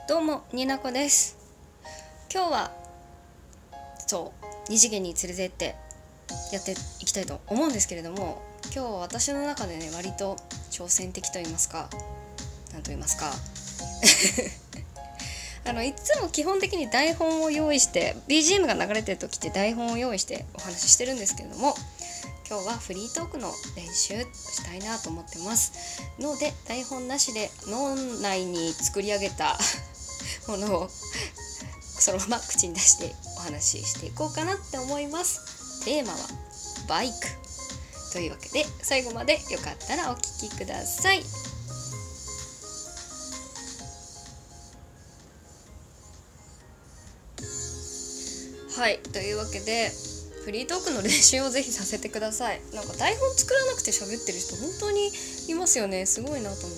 どうもになこです。今日は二次元に連れてってやっていきたいと思うんですけれども、今日は私の中でね割と挑戦的と言いますか、なんと言いますかいつも基本的に台本を用意して BGM が流れてる時って台本を用意してお話ししてるんですけれども、今日はフリートークの練習したいなと思ってますので、台本なしで脳内に作り上げたものをそのまま口に出してお話ししていこうかなって思います。テーマはバイクというわけで、最後までよかったらお聞きください。はい、というわけでフリートークの練習をぜひさせてください。なんか台本作らなくて喋ってる人本当にいますよね。すごいなと思って、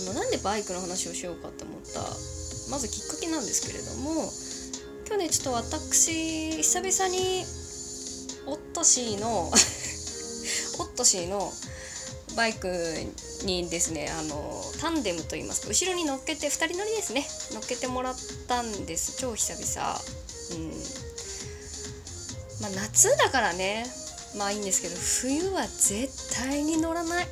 なんでバイクの話をしようかって思ったまずきっかけなんですけれども、今日ねちょっと私久々にオットシーのオットシーのバイクにですね、タンデムといいますか、後ろに乗っけて2人乗りですね、乗っけてもらったんです。超久々。夏だからねまあいいんですけど、冬は絶対に乗らない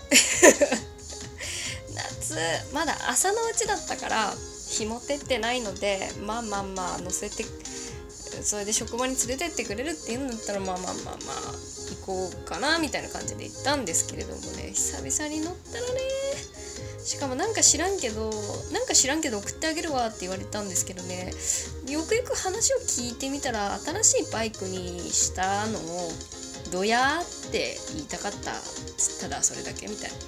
夏まだ朝のうちだったから日も照ってないので、まあ乗せて、それで職場に連れてってくれるっていうんだったらまあ行こうかなみたいな感じで行ったんですけれどもね、久々に乗ったらね、しかもなんか知らんけど送ってあげるわって言われたんですけどね、よくよく話を聞いてみたら新しいバイクにしたのをドヤーって言いたかった、ただそれだけみたいな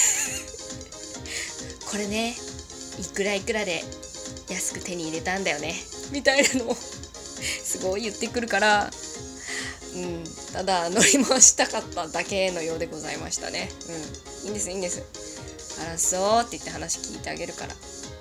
これねいくらで安く手に入れたんだよねみたいなのをすごい言ってくるから、ただ乗り回したかっただけのようでございましたね。いいんですあらそうって言って話聞いてあげるから、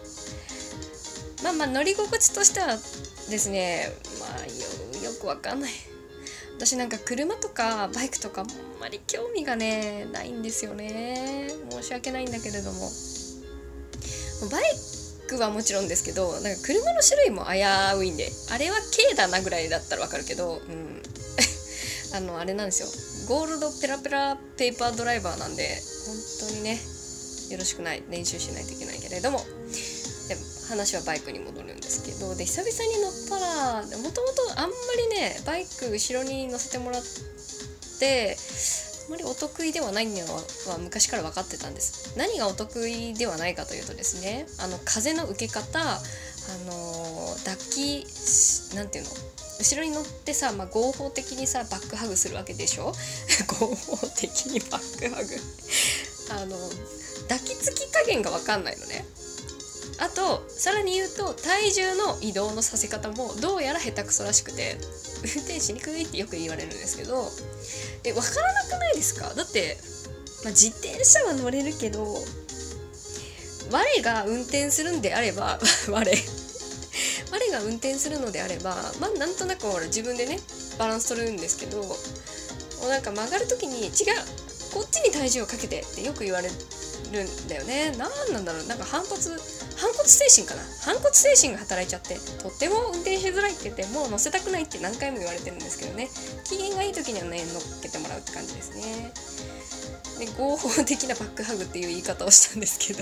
乗り心地としてはですね、よくわかんない。私なんか車とかバイクとかあんまり興味がねないんですよね。申し訳ないんだけれども、バイクはもちろんですけど、なんか車の種類も危ういんで、あれは軽だなぐらいだったらわかるけど、あれなんですよ、ゴールドペラペラペーパードライバーなんで本当にねよろしくない、練習しないといけないけれども、でも話はバイクに戻るんですけど、で久々に乗ったら、もともとあんまりねバイク後ろに乗せてもらってあまりお得意ではないのは昔から分かってたんです。何がお得意ではないかというとですね、風の受け方、抱きなんていうの、後ろに乗ってさ、合法的にさバックハグするわけでしょ合法的にバックハグ抱きつき加減が分かんないのね。あとさらに言うと体重の移動のさせ方もどうやら下手くそらしくて、運転しにくいってよく言われるんですけど、分からなくないですか？だって、自転車は乗れるけど、我が運転するんであれば我が運転するのであれば、なんとなく自分でねバランス取るんですけど、なんか曲がる時に違う、こっちに体重をかけてってよく言われるんだよね。なんだろう、なんか反骨精神かな、反骨精神が働いちゃって、とっても運転しづらいって言って、もう乗せたくないって何回も言われてるんですけどね、機嫌がいい時にはね乗っけてもらうって感じですね。で合法的なバックハグっていう言い方をしたんですけど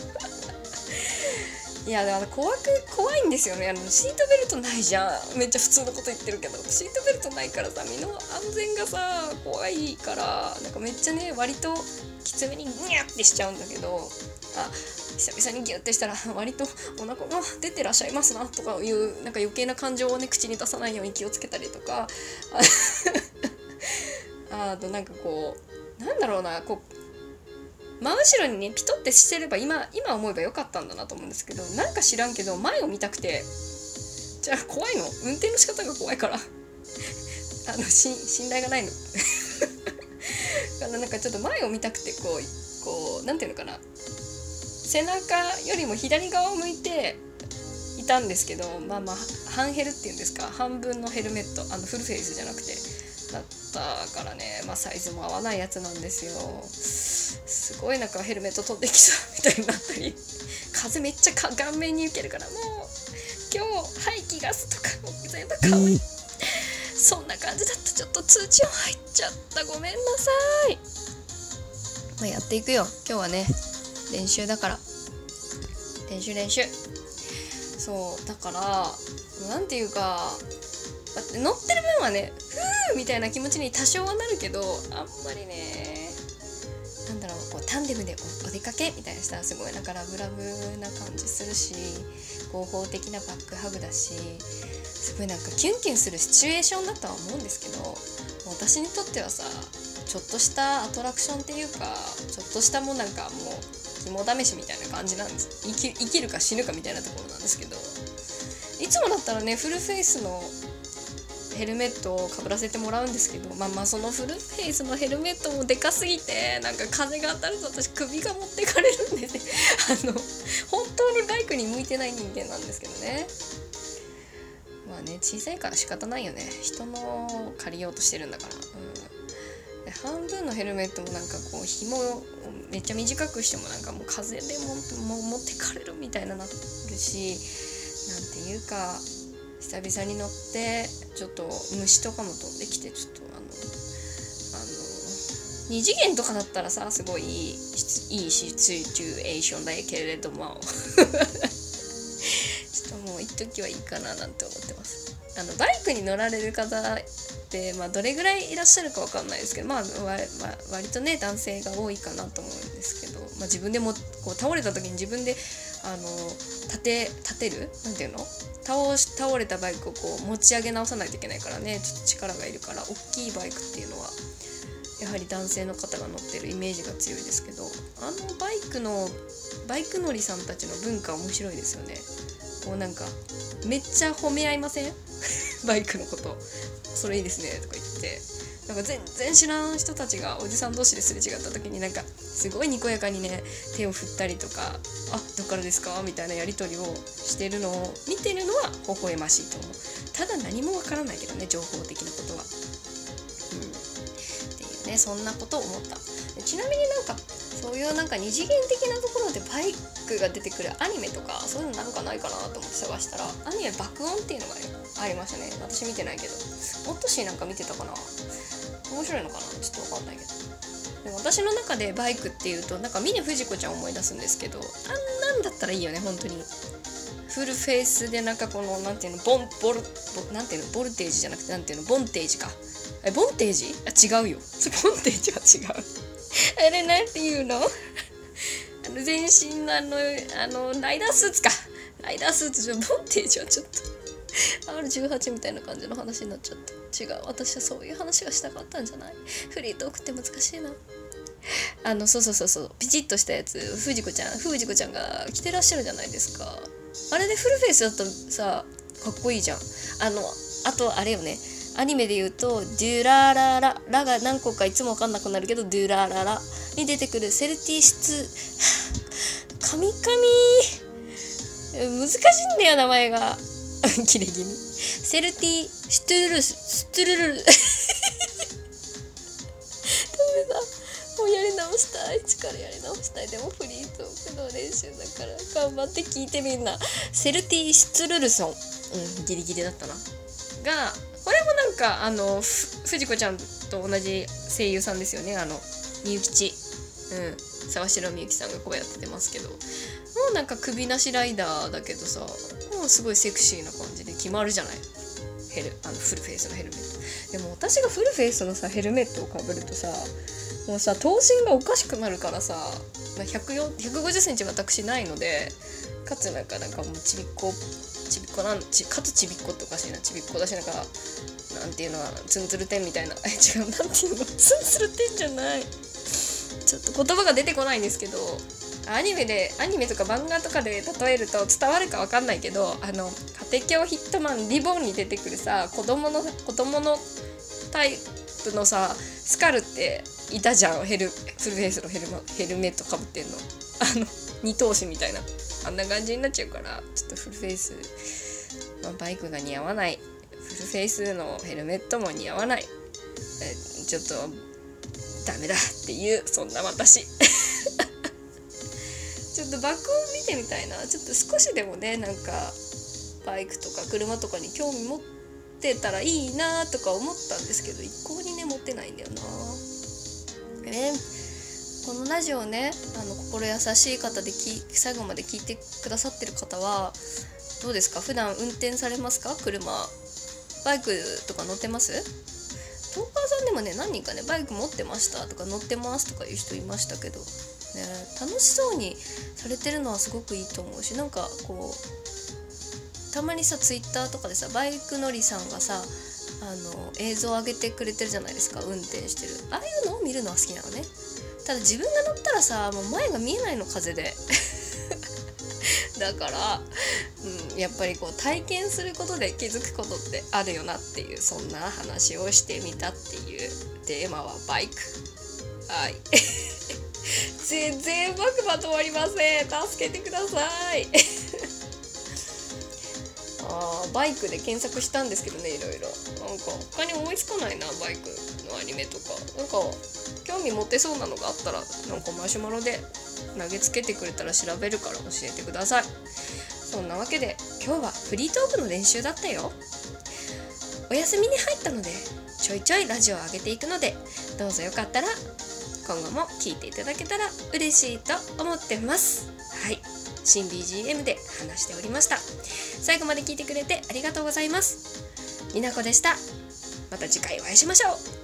いやだから怖いんですよね。シートベルトないじゃん。めっちゃ普通のこと言ってるけど、シートベルトないからさ、身の安全がさ怖いから、なんかめっちゃね割ときつめにギャッてしちゃうんだけど、久々にギュッてしたら割とお腹が出てらっしゃいますなとかいう、なんか余計な感情をね口に出さないように気をつけたりとかあとなんかこうなんだろうな、こう真後ろにねピトってしてれば今思えばよかったんだなと思うんですけど、なんか知らんけど前を見たくて、じゃあ怖いの、運転の仕方が怖いから信頼がないのなんかちょっと前を見たくて、こうなんていうのかな、背中よりも左側を向いていたんですけど、半ヘルっていうんですか、半分のヘルメット、フルフェイスじゃなくてだったからね、サイズも合わないやつなんですよ。すごいなんかヘルメット取ってきそうみたいになったり風めっちゃ顔面に受けるから、もう今日排気ガスとかも全部顔に、そんな感じだった。ちょっと通知音入っちゃった、ごめんなさい。やっていくよ。今日はね練習だから、練習。そうだからなんていうか、乗ってる分はねふーみたいな気持ちに多少はなるけど、あんまりね、なんだろう、こうタンデムで お出かけみたいなさ、すごいなんかラブラブな感じするし、合法的なバックハグだし、すごいなんかキュンキュンするシチュエーションだとは思うんですけど、私にとってはさ、ちょっとしたアトラクションっていうか、ちょっとしたもうなんかもう肝試しみたいな感じなんです。生きるか死ぬかみたいなところなんですけど、いつもだったらねフルフェイスのヘルメットをかぶらせてもらうんですけど、そのフルフェイスのヘルメットもでかすぎて、なんか風が当たると私首が持ってかれるんですね本当にバイクに向いてない人間なんですけどね。小さいから仕方ないよね、人の借りようとしてるんだから、で半分のヘルメットもなんかこう紐をめっちゃ短くしてもなんかもう風でも持ってかれるみたいななってるし、なんていうか久々に乗ってちょっと虫とかも飛んできて、ちょっと2次元とかだったらさ、すごいいいシチュエーションだけれどもちょっともう一時はいいかななんて思ってます。バイクに乗られる方って、どれぐらいいらっしゃるかわかんないですけど、割とね男性が多いかなと思うんですけど、自分でもこう倒れた時に自分で立てるなんていうの、倒れたバイクをこう持ち上げ直さないといけないからね、ちょっと力がいるから、大きいバイクっていうのはやはり男性の方が乗ってるイメージが強いですけど、バイク乗りさんたちの文化面白いですよね。こうなんかめっちゃ褒め合いませんバイクのこと、それいいですねとか言って、なんか全然知らん人たちがおじさん同士ですれ違った時になんかすごいにこやかにね手を振ったりとか、どっからですかみたいなやり取りをしてるのを見てるのは微笑ましいと思う。ただ何もわからないけどね、情報的なことは。っていうね、そんなことを思った。ちなみになんかそういうなんか二次元的なところでバイクが出てくるアニメとかそういうのなんかないかなと思って探したら、アニメ爆音っていうのがありましたね。私見てないけど、もっとしなんか見てたかな。面白いのかな、ちょっとわかんないけど。でも私の中でバイクっていうとなんか峰不二子ちゃんを思い出すんですけど、なんだったらいいよね本当に。フルフェイスでなんかこのなんていうのなんていうの、ボルテージじゃなくてなんていうの、ボンテージか。ボンテージ？違うよ。ボンテージは違う。あれなんていうの？全身のライダースーツか。ライダースーツじゃボンテージはちょっとR18 みたいな感じの話になっちゃった。違う、私はそういう話がしたかったんじゃない。フリートークって難しいな。そうピチッとしたやつ、藤子ちゃんが着てらっしゃるじゃないですか。あれでフルフェイスだったらさかっこいいじゃん。あとあれよね、アニメで言うとデュララララが何個かいつも分かんなくなるけど、デュラララに出てくるセルティ神難しいんだよ名前がキレ気味。セルティシトゥルルストゥルルルダメだ、もうやり直したい、一からやり直したい。でもフリートークの練習だから頑張って聞いてみんな。セルティシツルルソン、ギリギリだったな。がこれもなんか藤子ちゃんと同じ声優さんですよね。みゆきち、沢城みゆきさんがこうやってますけど、もうなんか首なしライダーだけどさ、もうすごいセクシーな感じで決まるじゃない、フルフェイスのヘルメット。でも私がフルフェイスのさヘルメットをかぶるとさ、もうさ頭身がおかしくなるからさ、150センチ私ないので、かつなんかもうちびっこかつちびっこっておかしいな、ちびっこだし、なんかなんていうのはツンツルテンみたいな、違う、なんていうの、ツンツルテンじゃない、ちょっと言葉が出てこないんですけど、アニメとか漫画とかで例えると伝わるか分かんないけど、家庭教ヒットマンリボンに出てくるさ、子供のタイプのさスカルっていたじゃん。フルフェイスのヘルメットかぶってんの、二頭身みたいな、あんな感じになっちゃうから、ちょっとフルフェイスのバイクが似合わない、フルフェイスのヘルメットも似合わない、ちょっとダメだっていう、そんな私ちょっと爆音みてみたいな、ちょっと少しでもねなんかバイクとか車とかに興味持ってたらいいなとか思ったんですけど、一向にね持ってないんだよな。このラジオね心優しい方で最後まで聞いてくださってる方はどうですか？普段運転されますか？車バイクとか乗ってます？トーカーさんでもね何人かねバイク持ってましたとか乗ってますとかいう人いましたけど、ね、楽しそうにされてるのはすごくいいと思うし、なんかこうたまにさツイッターとかでさバイク乗りさんがさ映像を上げてくれてるじゃないですか、運転してるああいうのを見るのは好きなのね。ただ自分が乗ったらさもう前が見えないの、風でだから、やっぱりこう体験することで気づくことってあるよなっていう、そんな話をしてみたっていうテーマはバイク。はい全然うまくまとまりません、助けてくださいバイクで検索したんですけどね、いろいろなんか他に思いつかないな、バイクのアニメとか。なんか興味持てそうなのがあったらなんかマシュマロで投げつけてくれたら調べるから教えてください。そんなわけで今日はフリートークの練習だったよ。お休みに入ったのでちょいちょいラジオを上げていくので、どうぞよかったら今後も聞いていただけたら嬉しいと思ってます。はい、新 BGM で話しておりました。最後まで聞いてくれてありがとうございます。みなこでした。また次回お会いしましょう。